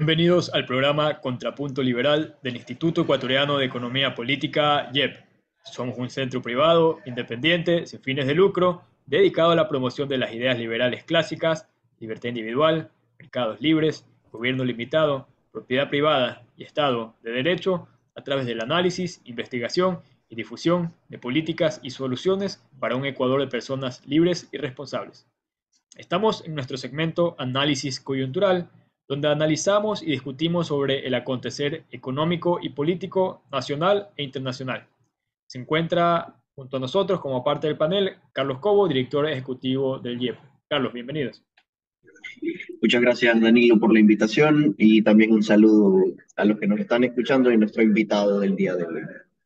Bienvenidos al programa Contrapunto Liberal del Instituto Ecuatoriano de Economía Política, IEP. Somos un centro privado, independiente, sin fines de lucro, dedicado a la promoción de las ideas liberales clásicas, libertad individual, mercados libres, gobierno limitado, propiedad privada y Estado de Derecho, a través del análisis, investigación y difusión de políticas y soluciones para un Ecuador de personas libres y responsables. Estamos en nuestro segmento Análisis Coyuntural, donde analizamos y discutimos sobre el acontecer económico y político nacional e internacional. Se encuentra junto a nosotros como parte del panel Carlos Cobo, director ejecutivo del IEP. Carlos, bienvenidos. Muchas gracias, Danilo, por la invitación y también un saludo a los que nos están escuchando y nuestro invitado del día de hoy.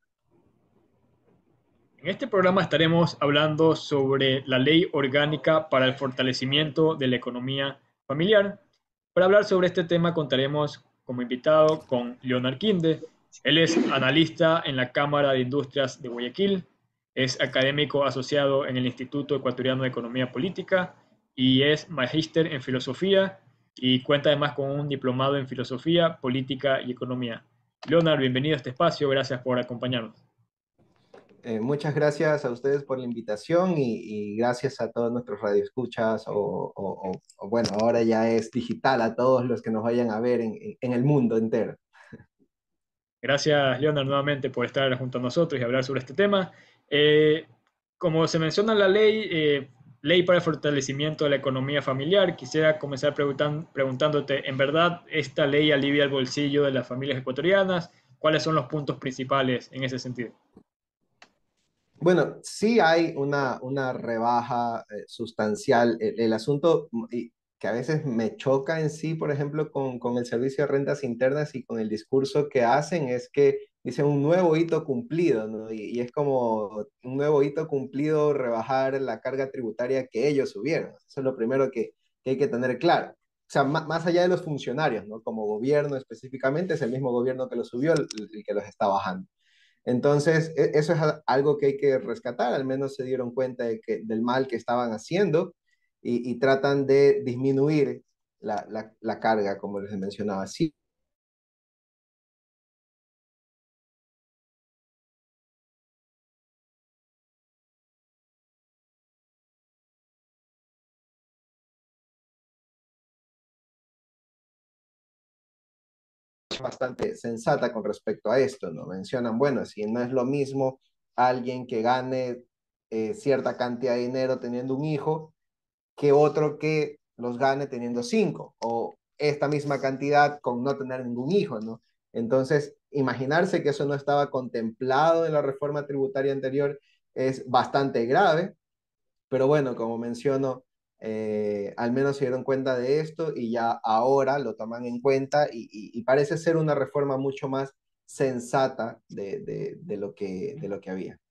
En este programa estaremos hablando sobre la Ley Orgánica para el Fortalecimiento de la Economía Familiar. Para hablar sobre este tema contaremos como invitado con Leonard Quinde. Él es analista en la Cámara de Industrias de Guayaquil, es académico asociado en el Instituto Ecuatoriano de Economía Política y es magíster en filosofía y cuenta además con un diplomado en filosofía, política y economía. Leonard, bienvenido a este espacio, gracias por acompañarnos. Muchas gracias a ustedes por la invitación y gracias a todos nuestros radioescuchas bueno, ahora ya es digital a todos los que nos vayan a ver en el mundo entero. Gracias, Leonard, nuevamente por estar junto a nosotros y hablar sobre este tema. Eh, Como se menciona en la ley, ley para el fortalecimiento de la economía familiar, quisiera comenzar preguntándote, ¿en verdad esta ley alivia el bolsillo de las familias ecuatorianas? ¿Cuáles son los puntos principales en ese sentido? Bueno, sí hay una rebaja sustancial. El asunto que a veces me choca en sí, por ejemplo, con el Servicio de Rentas Internas y con el discurso que hacen, es que dicen un nuevo hito cumplido, ¿no? Y es como un nuevo hito cumplido rebajar la carga tributaria que ellos subieron. Eso es lo primero que hay que tener claro. O sea, más allá de los funcionarios, ¿no? Como gobierno específicamente, es el mismo gobierno que lo subió el que los está bajando. Entonces, eso es algo que hay que rescatar, al menos se dieron cuenta del mal que estaban haciendo y tratan de disminuir la carga, como les mencionaba. Sí, es bastante sensata con respecto a esto, ¿no? Mencionan, bueno, si no es lo mismo alguien que gane cierta cantidad de dinero teniendo un hijo que otro que los gane teniendo cinco, o esta misma cantidad con no tener ningún hijo, ¿no? Entonces, imaginarse que eso no estaba contemplado en la reforma tributaria anterior es bastante grave, pero bueno, como menciono, al menos se dieron cuenta de esto y ya ahora lo toman en cuenta y parece ser una reforma mucho más sensata de lo que había.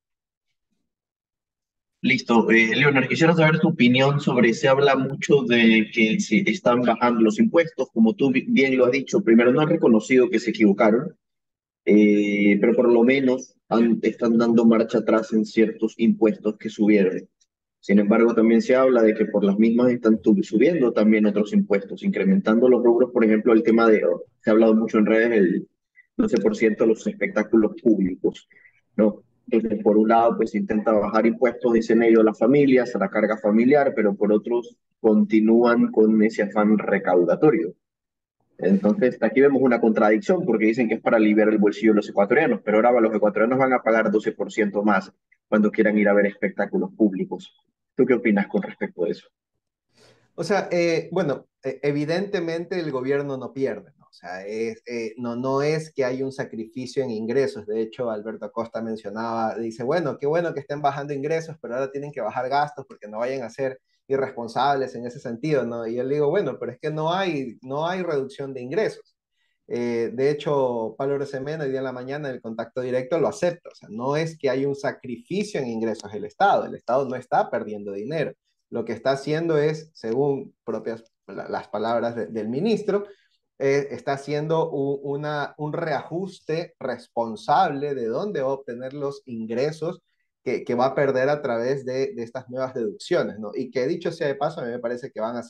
Listo. Leonard, quisiera saber tu opinión sobre, se habla mucho de que se están bajando los impuestos, como tú bien lo has dicho, primero no han reconocido que se equivocaron, pero por lo menos están dando marcha atrás en ciertos impuestos que subieron. Sin embargo, también se habla de que por las mismas están subiendo también otros impuestos, incrementando los rubros, por ejemplo, el tema de, se ha hablado mucho en redes, el 12% de los espectáculos públicos, ¿no? Entonces, por un lado, pues intenta bajar impuestos, dicen ellos, a las familias, a la carga familiar, pero por otros continúan con ese afán recaudatorio. Entonces, aquí vemos una contradicción porque dicen que es para aliviar el bolsillo de los ecuatorianos, pero ahora los ecuatorianos van a pagar 12% más cuando quieran ir a ver espectáculos públicos. ¿Tú qué opinas con respecto a eso? O sea, bueno, evidentemente el gobierno no pierde, ¿no? O sea, no es que hay un sacrificio en ingresos. De hecho, Alberto Acosta mencionaba, dice, bueno, qué bueno que estén bajando ingresos, pero ahora tienen que bajar gastos porque no vayan a ser irresponsables en ese sentido, ¿no? Y yo le digo, bueno, pero es que no hay reducción de ingresos. De hecho, Pablo Rosemena hoy día en la mañana en el contacto directo lo acepta. O sea, no es que hay un sacrificio en ingresos del Estado. El Estado no está perdiendo dinero. Lo que está haciendo es, según las palabras del ministro, está haciendo un reajuste responsable de dónde va a obtener los ingresos que va a perder a través de estas nuevas deducciones, ¿no? Y que dicho sea de paso, a mí me parece que van a ser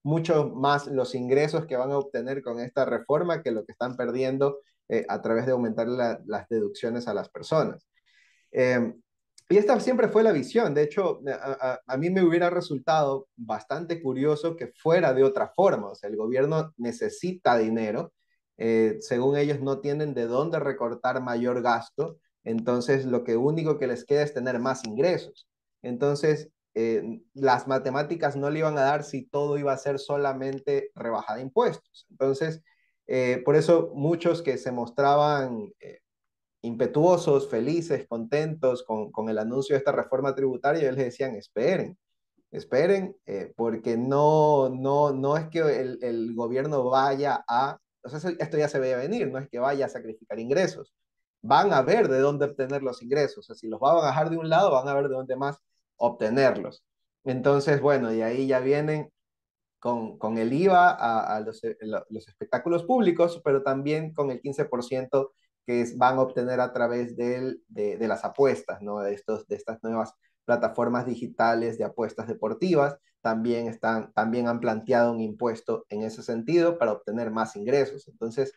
mucho más los ingresos que van a obtener con esta reforma que lo que están perdiendo a través de aumentar las deducciones a las personas. Eh, y esta siempre fue la visión. De hecho, a mí me hubiera resultado bastante curioso que fuera de otra forma. O sea, el gobierno necesita dinero. Según ellos, no tienen de dónde recortar mayor gasto. Entonces, lo que único que les queda es tener más ingresos. Entonces, las matemáticas no le iban a dar si todo iba a ser solamente rebajada de impuestos. Entonces, por eso muchos que se mostraban impetuosos, felices, contentos con el anuncio de esta reforma tributaria, ellos les decían, esperen, esperen, porque no es que el gobierno vaya a, o sea, esto ya se veía venir, no es que vaya a sacrificar ingresos, van a ver de dónde obtener los ingresos, o sea, si los van a bajar de un lado, van a ver de dónde más obtenerlos. Entonces, bueno, y ahí ya vienen con el IVA a los espectáculos públicos, pero también con el 15% que van a obtener a través de las apuestas, ¿no? De estas nuevas plataformas digitales de apuestas deportivas. También han planteado un impuesto en ese sentido para obtener más ingresos. Entonces,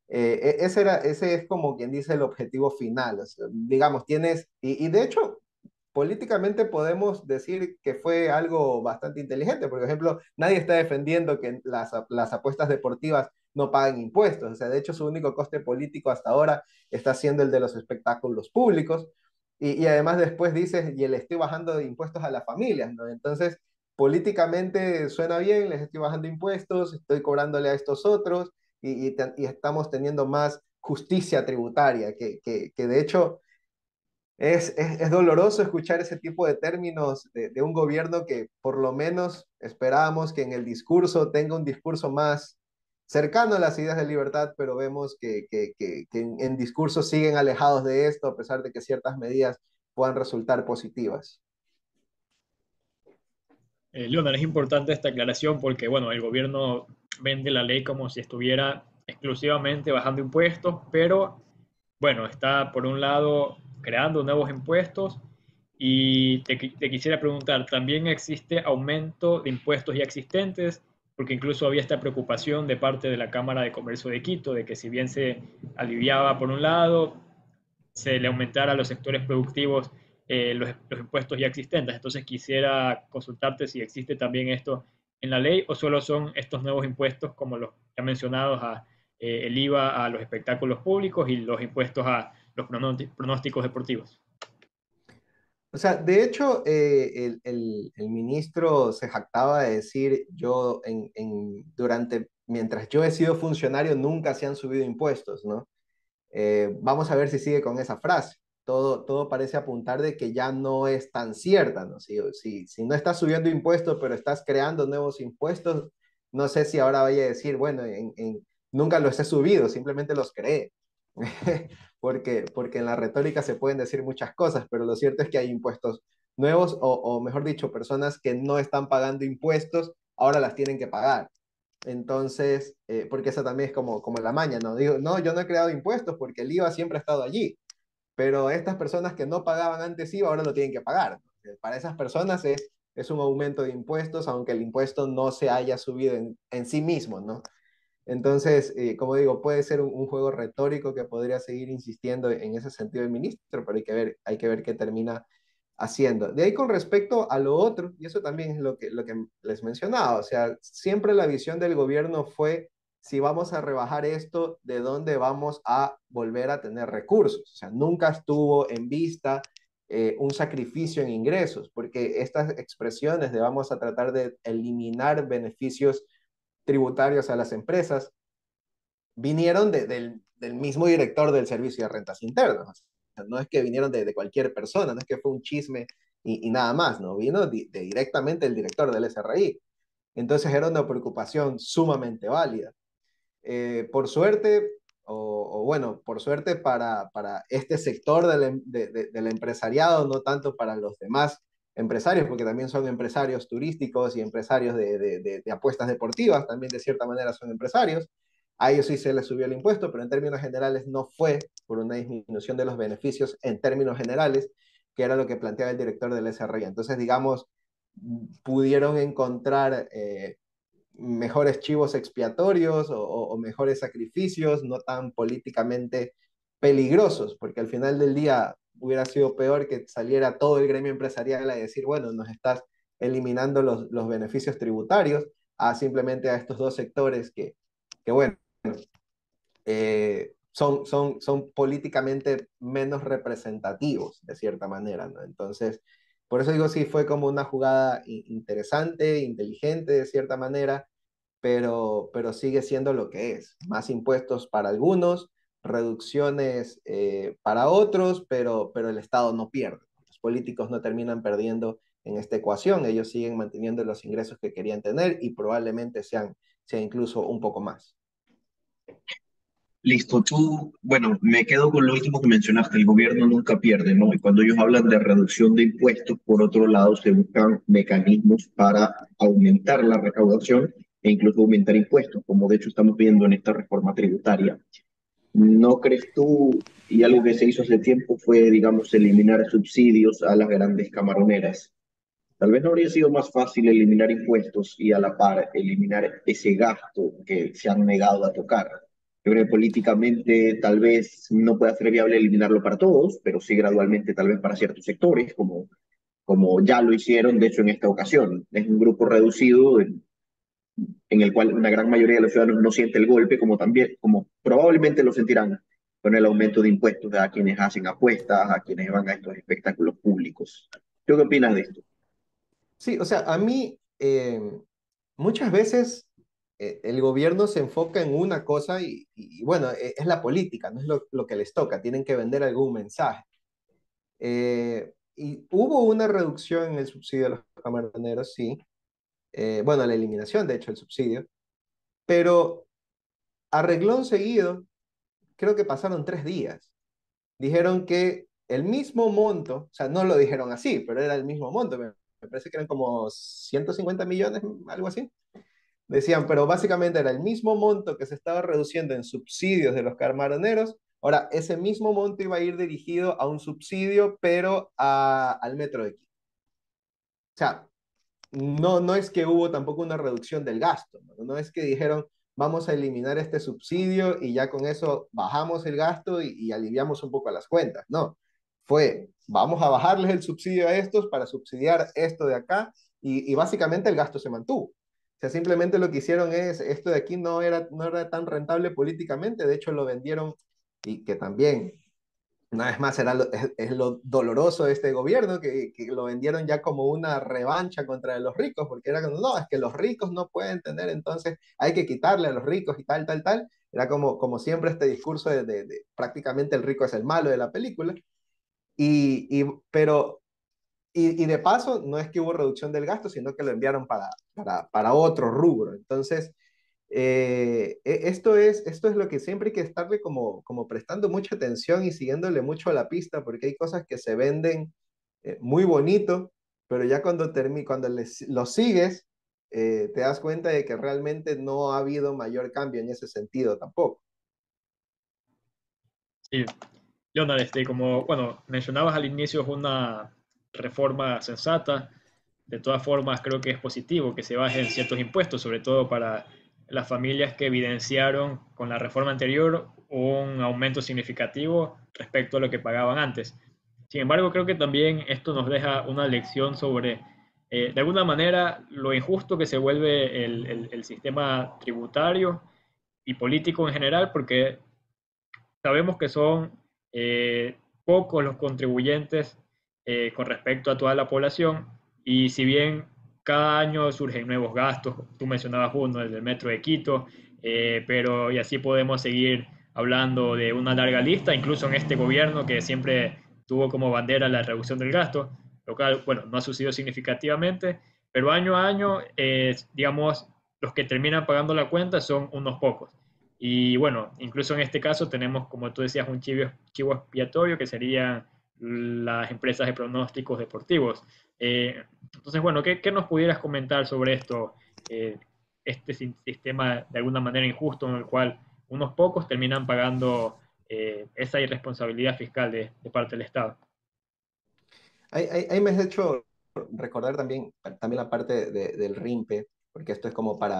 ese es como quien dice el objetivo final. O sea, digamos, y de hecho, políticamente podemos decir que fue algo bastante inteligente. Por ejemplo, nadie está defendiendo que las apuestas deportivas no paguen impuestos. O sea, de hecho, su único coste político hasta ahora está siendo el de los espectáculos públicos. Y además después dices, y le estoy bajando de impuestos a las familias, ¿no? Entonces, políticamente suena bien, les estoy bajando impuestos, estoy cobrándole a estos otros y estamos teniendo más justicia tributaria, que de hecho es doloroso escuchar ese tipo de términos de un gobierno que por lo menos esperábamos que en el discurso tenga un discurso más cercano a las ideas de libertad, pero vemos que en discursos siguen alejados de esto, a pesar de que ciertas medidas puedan resultar positivas. Leonard, es importante esta aclaración porque, bueno, el gobierno vende la ley como si estuviera exclusivamente bajando impuestos, pero, bueno, está por un lado creando nuevos impuestos y te quisiera preguntar, ¿también existe aumento de impuestos ya existentes? Porque incluso había esta preocupación de parte de la Cámara de Comercio de Quito de que si bien se aliviaba por un lado, se le aumentara a los sectores productivos los impuestos ya existentes. Entonces quisiera consultarte si existe también esto en la ley o solo son estos nuevos impuestos como los ya mencionados el IVA a los espectáculos públicos y los impuestos a los pronósticos deportivos. O sea, de hecho, el ministro se jactaba de decir, mientras yo he sido funcionario, nunca se han subido impuestos, ¿no? Vamos a ver si sigue con esa frase. Todo parece apuntar de que ya no es tan cierta, ¿no? Si no estás subiendo impuestos, pero estás creando nuevos impuestos, no sé si ahora vaya a decir, bueno, nunca los he subido, simplemente los creé. Porque en la retórica se pueden decir muchas cosas, pero lo cierto es que hay impuestos nuevos, o mejor dicho, personas que no están pagando impuestos, ahora las tienen que pagar. Entonces, porque esa también es como la maña, ¿no? Digo, no, yo no he creado impuestos porque el IVA siempre ha estado allí, pero estas personas que no pagaban antes IVA ahora lo tienen que pagar. Para esas personas es un aumento de impuestos, aunque el impuesto no se haya subido en sí mismo, ¿no? Entonces, como digo, puede ser un juego retórico que podría seguir insistiendo en ese sentido el ministro, pero hay que ver qué termina haciendo. De ahí con respecto a lo otro, y eso también es lo que les mencionaba, o sea, siempre la visión del gobierno fue, si vamos a rebajar esto, ¿de dónde vamos a volver a tener recursos? O sea, nunca estuvo en vista un sacrificio en ingresos, porque estas expresiones de vamos a tratar de eliminar beneficios tributarios a las empresas vinieron del mismo director del Servicio de Rentas Internas. O sea, no es que vinieron de cualquier persona, no es que fue un chisme y nada más, ¿no? Vino directamente el director del SRI. Entonces era una preocupación sumamente válida. Por suerte, bueno, por suerte para este sector del empresariado, no tanto para los demás empresarios, porque también son empresarios turísticos y empresarios de apuestas deportivas, también de cierta manera son empresarios. A ellos sí se les subió el impuesto, pero en términos generales no fue por una disminución de los beneficios en términos generales, que era lo que planteaba el director del SRI. Entonces, digamos, pudieron encontrar mejores chivos expiatorios o mejores sacrificios, no tan políticamente peligrosos, porque al final del día hubiera sido peor que saliera todo el gremio empresarial a decir, bueno, nos estás eliminando los beneficios tributarios, a simplemente a estos dos sectores que bueno, son políticamente menos representativos, de cierta manera, ¿no? Entonces, por eso digo, sí, fue como una jugada interesante, inteligente, de cierta manera, pero sigue siendo lo que es. Más impuestos para algunos, reducciones para otros, pero el Estado no pierde. Los políticos no terminan perdiendo en esta ecuación, ellos siguen manteniendo los ingresos que querían tener y probablemente sean incluso un poco más. Listo, tú, bueno, me quedo con lo último que mencionaste, el gobierno nunca pierde, ¿no? Y cuando ellos hablan de reducción de impuestos, por otro lado, se buscan mecanismos para aumentar la recaudación e incluso aumentar impuestos, como de hecho estamos viendo en esta reforma tributaria. ¿No crees tú, y algo que se hizo hace tiempo fue, digamos, eliminar subsidios a las grandes camaroneras? Tal vez no habría sido más fácil eliminar impuestos y a la par eliminar ese gasto que se han negado a tocar. Yo creo que políticamente tal vez no pueda ser viable eliminarlo para todos, pero sí gradualmente tal vez para ciertos sectores, como ya lo hicieron, de hecho, en esta ocasión. Es un grupo reducido en el cual una gran mayoría de los ciudadanos no siente el golpe, como también, como probablemente lo sentirán con el aumento de impuestos a quienes hacen apuestas, a quienes van a estos espectáculos públicos. ¿Tú qué opinas de esto? Sí, o sea, a mí muchas veces el gobierno se enfoca en una cosa y bueno, es la política, no es lo que les toca, tienen que vender algún mensaje. Y hubo una reducción en el subsidio a los camaroneros, sí, bueno, la eliminación, de hecho, el subsidio, pero a reglón seguido, creo que pasaron 3 días. Dijeron que el mismo monto, o sea, no lo dijeron así, pero era el mismo monto, me parece que eran como 150 millones, algo así. Decían, pero básicamente era el mismo monto que se estaba reduciendo en subsidios de los camaroneros. Ahora, ese mismo monto iba a ir dirigido a un subsidio, pero al Metro de Quito. O sea, no es que hubo tampoco una reducción del gasto, no es que dijeron, vamos a eliminar este subsidio y ya con eso bajamos el gasto y aliviamos un poco las cuentas. No, fue, vamos a bajarles el subsidio a estos para subsidiar esto de acá y básicamente el gasto se mantuvo. O sea, simplemente lo que hicieron es, esto de aquí no era tan rentable políticamente, de hecho lo vendieron y que también una vez más, es lo doloroso de este gobierno, que lo vendieron ya como una revancha contra los ricos, porque era como, no, es que los ricos no pueden tener, entonces hay que quitarle a los ricos y tal, tal, tal. Era como siempre este discurso de prácticamente el rico es el malo de la película. Pero, y de paso, no es que hubo reducción del gasto, sino que lo enviaron para otro rubro. Entonces, esto es lo que siempre hay que estarle como prestando mucha atención y siguiéndole mucho a la pista, porque hay cosas que se venden muy bonito, pero ya cuando lo sigues, te das cuenta de que realmente no ha habido mayor cambio en ese sentido tampoco. Sí, Leonard, como bueno, mencionabas al inicio, es una reforma sensata. De todas formas, creo que es positivo que se bajen ciertos impuestos, sobre todo para las familias que evidenciaron con la reforma anterior un aumento significativo respecto a lo que pagaban antes. Sin embargo, creo que también esto nos deja una lección sobre, de alguna manera, lo injusto que se vuelve el sistema tributario y político en general, porque sabemos que son pocos los contribuyentes con respecto a toda la población y si bien cada año surgen nuevos gastos, tú mencionabas uno, el del Metro de Quito, pero y así podemos seguir hablando de una larga lista, incluso en este gobierno que siempre tuvo como bandera la reducción del gasto, lo cual, bueno, no ha sucedido significativamente, pero año a año, digamos, los que terminan pagando la cuenta son unos pocos. Y bueno, incluso en este caso tenemos, como tú decías, un chivo expiatorio que serían las empresas de pronósticos deportivos. Entonces, bueno, ¿qué nos pudieras comentar sobre esto? Este sistema de alguna manera injusto en el cual unos pocos terminan pagando esa irresponsabilidad fiscal de parte del Estado. Ahí me has hecho recordar también la parte del RIMPE, porque esto es como para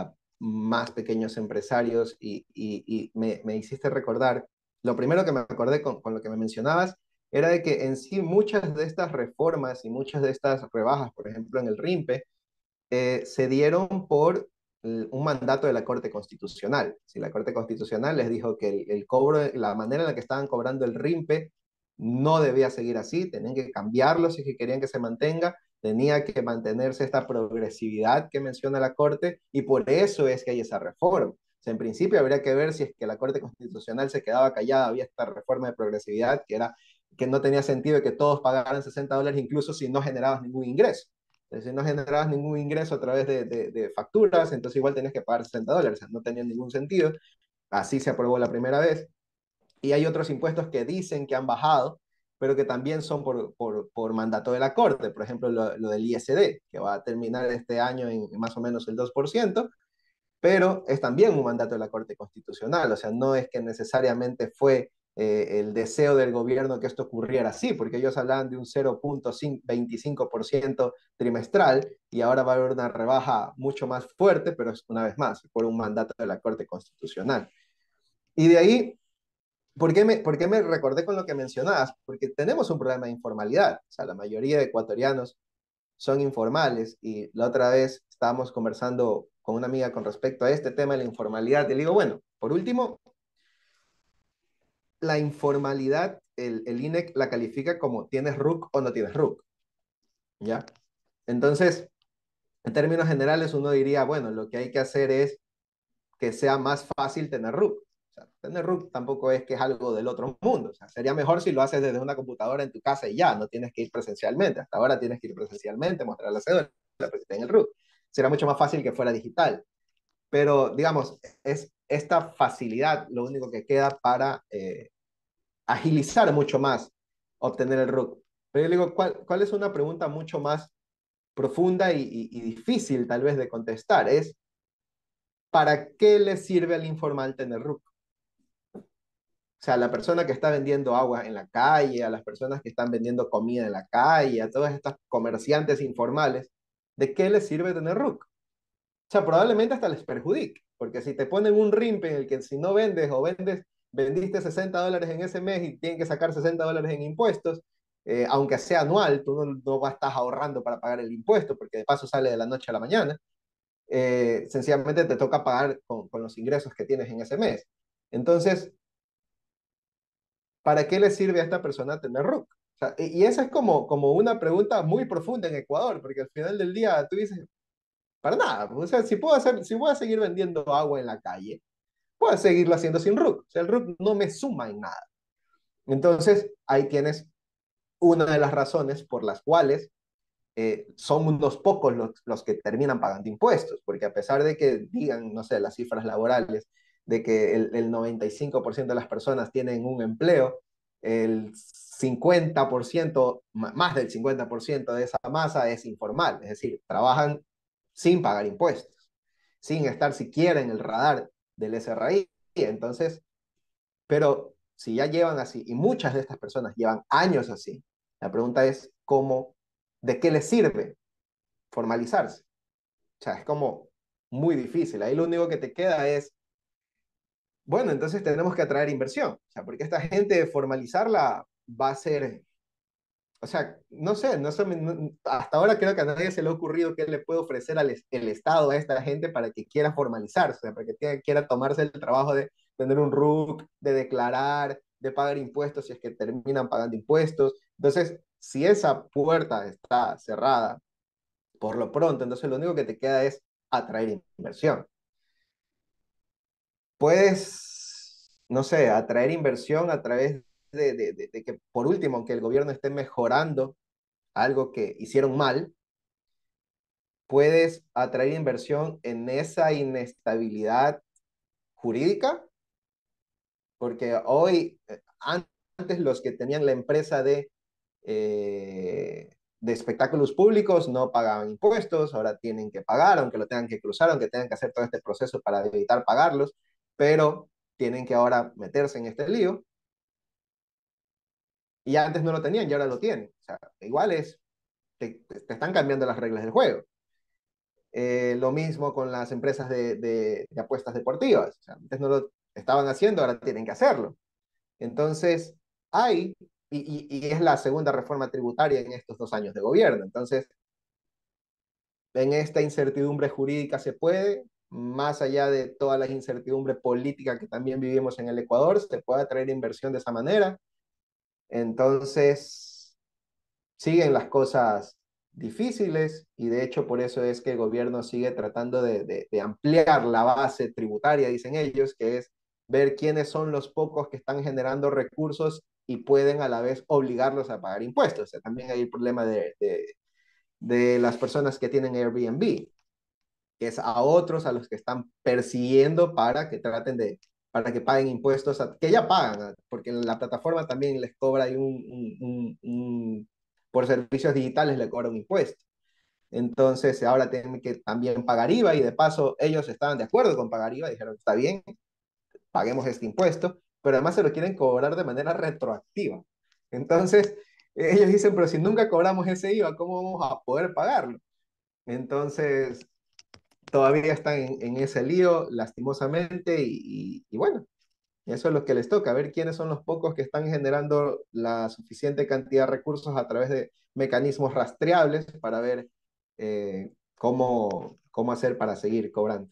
más pequeños empresarios y me hiciste recordar, lo primero que me acordé con lo que me mencionabas era de que en sí muchas de estas reformas y muchas de estas rebajas, por ejemplo en el RIMPE, se dieron por un mandato de la Corte Constitucional. Si la Corte Constitucional les dijo que el cobro, la manera en la que estaban cobrando el RIMPE no debía seguir así, tenían que cambiarlo si que querían que se mantenga, tenía que mantenerse esta progresividad que menciona la Corte y por eso es que hay esa reforma. O sea, en principio habría que ver si es que la Corte Constitucional se quedaba callada, había esta reforma de progresividad que era que no tenía sentido que todos pagaran $60 incluso si no generabas ningún ingreso. Entonces, si no generabas ningún ingreso a través de facturas, entonces igual tenías que pagar $60, o sea, no tenía ningún sentido. Así se aprobó la primera vez. Y hay otros impuestos que dicen que han bajado, pero que también son por mandato de la Corte. Por ejemplo, lo del ISD, que va a terminar este año en más o menos el 2%, pero es también un mandato de la Corte Constitucional, o sea, no es que necesariamente fue el deseo del gobierno que esto ocurriera así, porque ellos hablaban de un 0.25% trimestral y ahora va a haber una rebaja mucho más fuerte, pero es una vez más por un mandato de la Corte Constitucional. Y de ahí, por qué me recordé con lo que mencionabas? Porque tenemos un problema de informalidad, o sea, la mayoría de ecuatorianos son informales. Y la otra vez estábamos conversando con una amiga con respecto a este tema de la informalidad. Y le digo, bueno, por último, la informalidad, el INEC la califica como tienes RUC o no tienes RUC, ¿ya? Entonces, en términos generales, uno diría, bueno, lo que hay que hacer es que sea más fácil tener RUC. O sea, tener RUC tampoco es que es algo del otro mundo. O sea, sería mejor si lo haces desde una computadora en tu casa y ya, no tienes que ir presencialmente. Hasta ahora tienes que ir presencialmente, mostrar la cédula, para que tenga el RUC. Será mucho más fácil que fuera digital. Pero, digamos, es esta facilidad lo único que queda para agilizar mucho más obtener el RUC. Pero yo digo, ¿cuál es una pregunta mucho más profunda y difícil tal vez de contestar? Es, ¿para qué le sirve al informal tener RUC? O sea, a la persona que está vendiendo agua en la calle, a las personas que están vendiendo comida en la calle, a todas estas comerciantes informales, ¿de qué les sirve tener RUC? O sea, probablemente hasta les perjudique, porque si te ponen un RIMPE en el que si no vendes o vendiste $60 en ese mes y tienen que sacar $60 en impuestos, aunque sea anual, tú no estás ahorrando para pagar el impuesto, porque de paso sale de la noche a la mañana, sencillamente te toca pagar con los ingresos que tienes en ese mes. Entonces, ¿para qué le sirve a esta persona tener RUC? O sea, y esa es como una pregunta muy profunda en Ecuador, porque al final del día tú dices, para nada, o sea, si voy a seguir vendiendo agua en la calle, puedo seguirlo haciendo sin RUC. O sea, el RUC no me suma en nada. Entonces, ahí tienes una de las razones por las cuales son unos pocos los que terminan pagando impuestos, porque a pesar de que digan, no sé, las cifras laborales, de que el 95% de las personas tienen un empleo, el 50%, más del 50% de esa masa es informal, es decir, trabajan sin pagar impuestos, sin estar siquiera en el radar del SRI. Entonces, pero si ya llevan así, y muchas de estas personas llevan años así, la pregunta es cómo, ¿de qué les sirve formalizarse? O sea, es como muy difícil. Ahí lo único que te queda es, bueno, entonces tenemos que atraer inversión. O sea, porque esta gente formalizarla va a ser, o sea, no sé, hasta ahora creo que a nadie se le ha ocurrido qué le puede ofrecer el Estado a esta gente para que quiera formalizarse, o sea, para que quiera tomarse el trabajo de tener un RUC, de declarar, de pagar impuestos si es que terminan pagando impuestos. Entonces, si esa puerta está cerrada por lo pronto, entonces lo único que te queda es atraer inversión. Puedes, no sé, atraer inversión a través de que, por último, aunque el gobierno esté mejorando algo que hicieron mal, puedes atraer inversión en esa inestabilidad jurídica, porque hoy, antes los que tenían la empresa de espectáculos públicos no pagaban impuestos, ahora tienen que pagar, aunque lo tengan que cruzar, aunque tengan que hacer todo este proceso para evitar pagarlos, pero tienen que ahora meterse en este lío, y antes no lo tenían y ahora lo tienen. O sea, igual es, te están cambiando las reglas del juego. Lo mismo con las empresas de apuestas deportivas. O sea, antes no lo estaban haciendo, ahora tienen que hacerlo. Entonces, hay, y es la segunda reforma tributaria en estos 2 años de gobierno. Entonces, en esta incertidumbre jurídica se puede, más allá de toda la incertidumbre política que también vivimos en el Ecuador, se puede atraer inversión de esa manera. Entonces, siguen las cosas difíciles y de hecho por eso es que el gobierno sigue tratando de ampliar la base tributaria, dicen ellos, que es ver quiénes son los pocos que están generando recursos y pueden a la vez obligarlos a pagar impuestos. O sea, también hay el problema de las personas que tienen Airbnb, que es a otros a los que están persiguiendo para que traten para que paguen impuestos, que ya pagan, porque la plataforma también les cobra ahí por servicios digitales le cobra un impuesto. Entonces ahora tienen que también pagar IVA y de paso ellos estaban de acuerdo con pagar IVA, dijeron, está bien, paguemos este impuesto, pero además se lo quieren cobrar de manera retroactiva. Entonces ellos dicen, pero si nunca cobramos ese IVA, ¿cómo vamos a poder pagarlo? Entonces, todavía están en ese lío, lastimosamente, y bueno, eso es lo que les toca, ver quiénes son los pocos que están generando la suficiente cantidad de recursos a través de mecanismos rastreables para ver cómo hacer para seguir cobrando.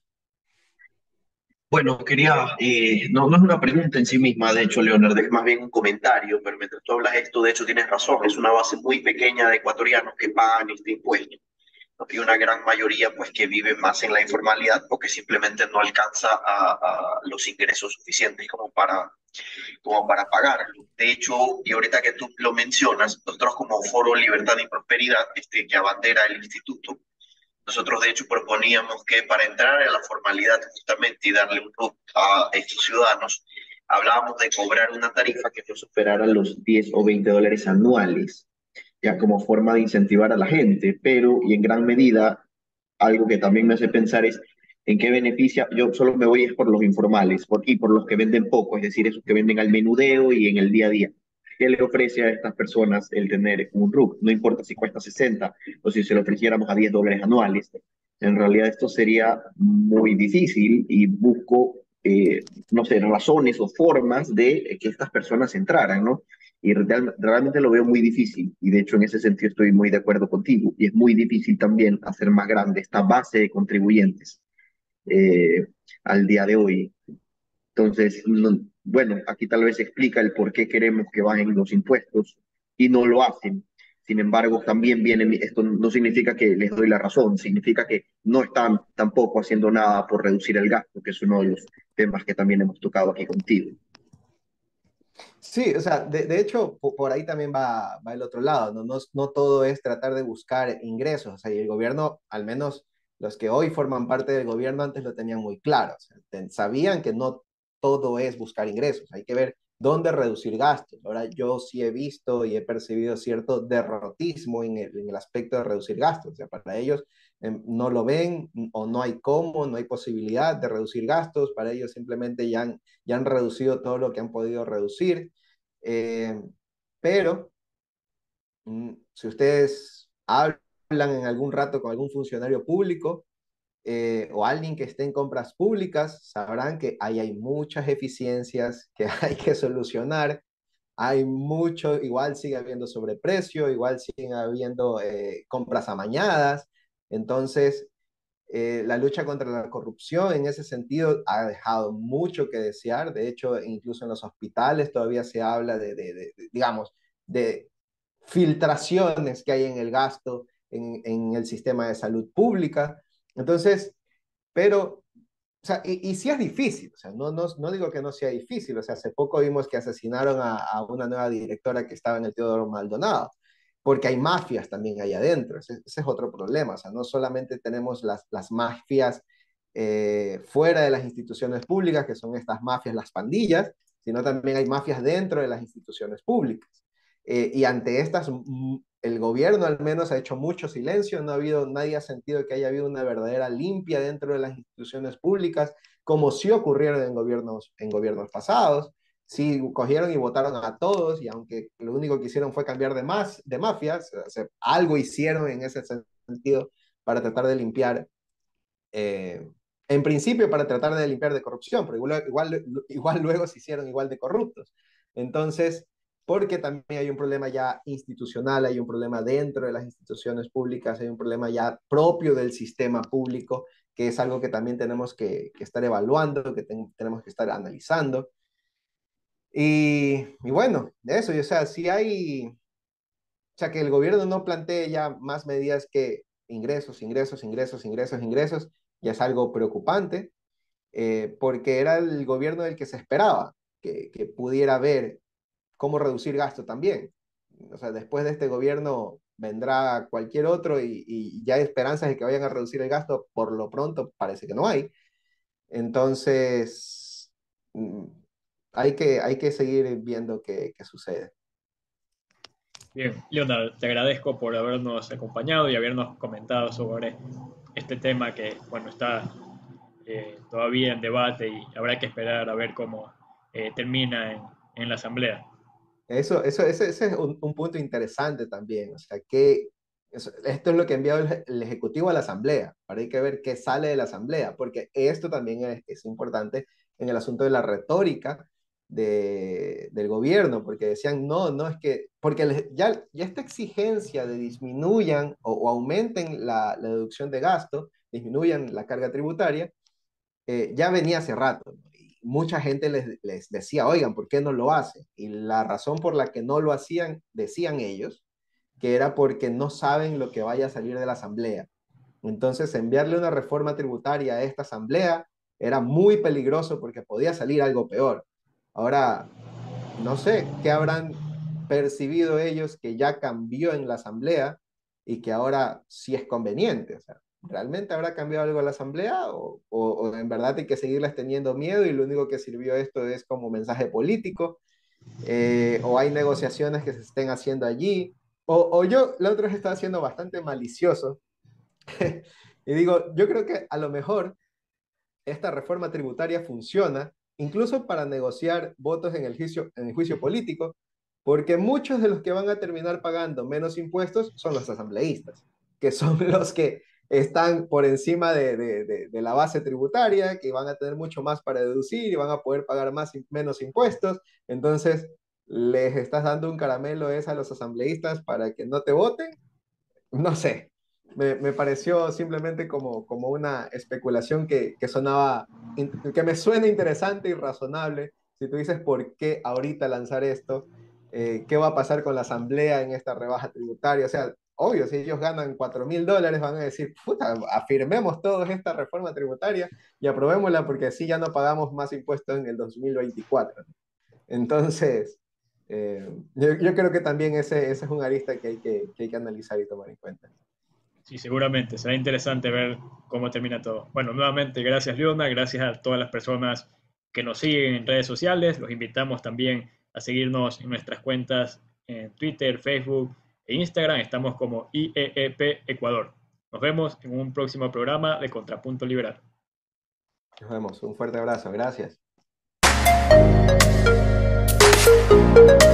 Bueno, no es una pregunta en sí misma, de hecho, Leonard, es más bien un comentario, pero mientras tú hablas esto, de hecho, tienes razón, es una base muy pequeña de ecuatorianos que pagan este impuesto. Y una gran mayoría pues que vive más en la informalidad porque simplemente no alcanza a los ingresos suficientes como para pagarlo. De hecho, y ahorita que tú lo mencionas, nosotros como Foro Libertad y Prosperidad, que abandera el instituto, nosotros de hecho proponíamos que para entrar a la formalidad justamente y darle un root a estos ciudadanos, hablábamos de cobrar una tarifa que no superara los 10 o 20 dólares anuales ya como forma de incentivar a la gente, pero y en gran medida algo que también me hace pensar es en qué beneficia, yo solo me voy es por los informales y por los que venden poco, es decir, esos que venden al menudeo y en el día a día. ¿Qué le ofrece a estas personas el tener un RUC? No importa si cuesta 60 o si se lo ofreciéramos a 10 dólares anuales. En realidad esto sería muy difícil y busco, no sé, razones o formas de que estas personas entraran, ¿no? Y realmente lo veo muy difícil y de hecho en ese sentido estoy muy de acuerdo contigo y es muy difícil también hacer más grande esta base de contribuyentes eh, al día de hoy. Entonces, bueno, aquí tal vez se explica el por qué queremos que bajen los impuestos y no lo hacen. Sin embargo, también esto no significa que les doy la razón, significa que no están tampoco haciendo nada por reducir el gasto, que es uno de los temas que también hemos tocado aquí contigo. Sí, o sea, de hecho, por ahí también va el otro lado, ¿no? No todo es tratar de buscar ingresos, o sea, y el gobierno, al menos los que hoy forman parte del gobierno, antes lo tenían muy claro, o sea, sabían que no todo es buscar ingresos, hay que ver dónde reducir gastos. Ahora, yo sí he visto y he percibido cierto derrotismo en el aspecto de reducir gastos, o sea, para ellos no lo ven o no hay cómo, no hay posibilidad de reducir gastos, para ellos simplemente ya han reducido todo lo que han podido reducir. Eh, pero si ustedes hablan en algún rato con algún funcionario público o alguien que esté en compras públicas, sabrán que ahí hay muchas eficiencias que hay que solucionar. Hay mucho, igual sigue habiendo sobreprecio, igual siguen habiendo compras amañadas. Entonces, la lucha contra la corrupción en ese sentido ha dejado mucho que desear. De hecho, incluso en los hospitales todavía se habla digamos, de filtraciones que hay en el gasto en el sistema de salud pública. Entonces, pero, o sea, y sí es difícil, o sea, no digo que no sea difícil, o sea, hace poco vimos que asesinaron a una nueva directora que estaba en el Teodoro Maldonado, porque hay mafias también ahí adentro, ese es otro problema, o sea, no solamente tenemos las mafias fuera de las instituciones públicas, que son estas mafias, las pandillas, sino también hay mafias dentro de las instituciones públicas. Y ante estas, el gobierno al menos ha hecho mucho silencio, no ha habido, nadie ha sentido que haya habido una verdadera limpia dentro de las instituciones públicas, como sí ocurrieron en gobiernos pasados. Sí, cogieron y votaron a todos, y aunque lo único que hicieron fue cambiar de mafias, o sea, algo hicieron en ese sentido para tratar de limpiar en principio para tratar de limpiar de corrupción, pero igual luego se hicieron igual de corruptos. Entonces, porque también hay un problema ya institucional, hay un problema dentro de las instituciones públicas, hay un problema ya propio del sistema público, que es algo que también tenemos que estar evaluando, que tenemos que estar analizando. Y bueno, eso, o sea, si hay, o sea, que el gobierno no plantee ya más medidas que ingresos, ingresos, ingresos, ingresos, ingresos, ya es algo preocupante, porque era el gobierno del que se esperaba que pudiera ver cómo reducir gasto también. O sea, después de este gobierno vendrá cualquier otro y ya hay esperanzas de que vayan a reducir el gasto, por lo pronto parece que no hay. Entonces, hay que seguir viendo qué sucede. Bien, Leonard, te agradezco por habernos acompañado y habernos comentado sobre este tema que, bueno, está todavía en debate y habrá que esperar a ver cómo termina en la Asamblea. Ese es un punto interesante también. O sea, esto es lo que ha enviado el Ejecutivo a la Asamblea. Ahora hay que ver qué sale de la Asamblea, porque esto también es importante en el asunto de la retórica del gobierno, porque decían, no, no, es que, porque ya esta exigencia de disminuyan o aumenten la deducción de gasto, disminuyan la carga tributaria, ya venía hace rato, ¿no? Y mucha gente les decía, oigan, ¿por qué no lo hacen? Y la razón por la que no lo hacían, decían ellos, que era porque no saben lo que vaya a salir de la asamblea. Entonces, enviarle una reforma tributaria a esta asamblea era muy peligroso porque podía salir algo peor. Ahora, no sé qué habrán percibido ellos que ya cambió en la asamblea y que ahora sí es conveniente. O sea, ¿realmente habrá cambiado algo en la asamblea o en verdad hay que seguirles teniendo miedo y lo único que sirvió esto es como mensaje político? O hay negociaciones que se estén haciendo allí, o yo la otra vez estaba siendo bastante malicioso y digo, yo creo que a lo mejor esta reforma tributaria funciona incluso para negociar votos en el juicio político, porque muchos de los que van a terminar pagando menos impuestos son los asambleístas, que son los que están por encima de la base tributaria, que van a tener mucho más para deducir y van a poder pagar menos impuestos. Entonces, les estás dando un caramelo a los asambleístas para que no te voten. No sé, me pareció simplemente como una especulación que sonaba, que me suena interesante y razonable. Si tú dices por qué ahorita lanzar esto, qué va a pasar con la asamblea en esta rebaja tributaria. O sea, obvio, si ellos ganan $4,000, van a decir, puta, afirmemos todos esta reforma tributaria y aprobémosla porque así ya no pagamos más impuestos en el 2024. Entonces, yo creo que también ese es un arista que hay que analizar y tomar en cuenta. Sí, seguramente. Será interesante ver cómo termina todo. Bueno, nuevamente, gracias, Leona. Gracias a todas las personas que nos siguen en redes sociales. Los invitamos también a seguirnos en nuestras cuentas en Twitter, Facebook e Instagram. Estamos como IEEP Ecuador. Nos vemos en un próximo programa de Contrapunto Liberal. Nos vemos. Un fuerte abrazo. Gracias.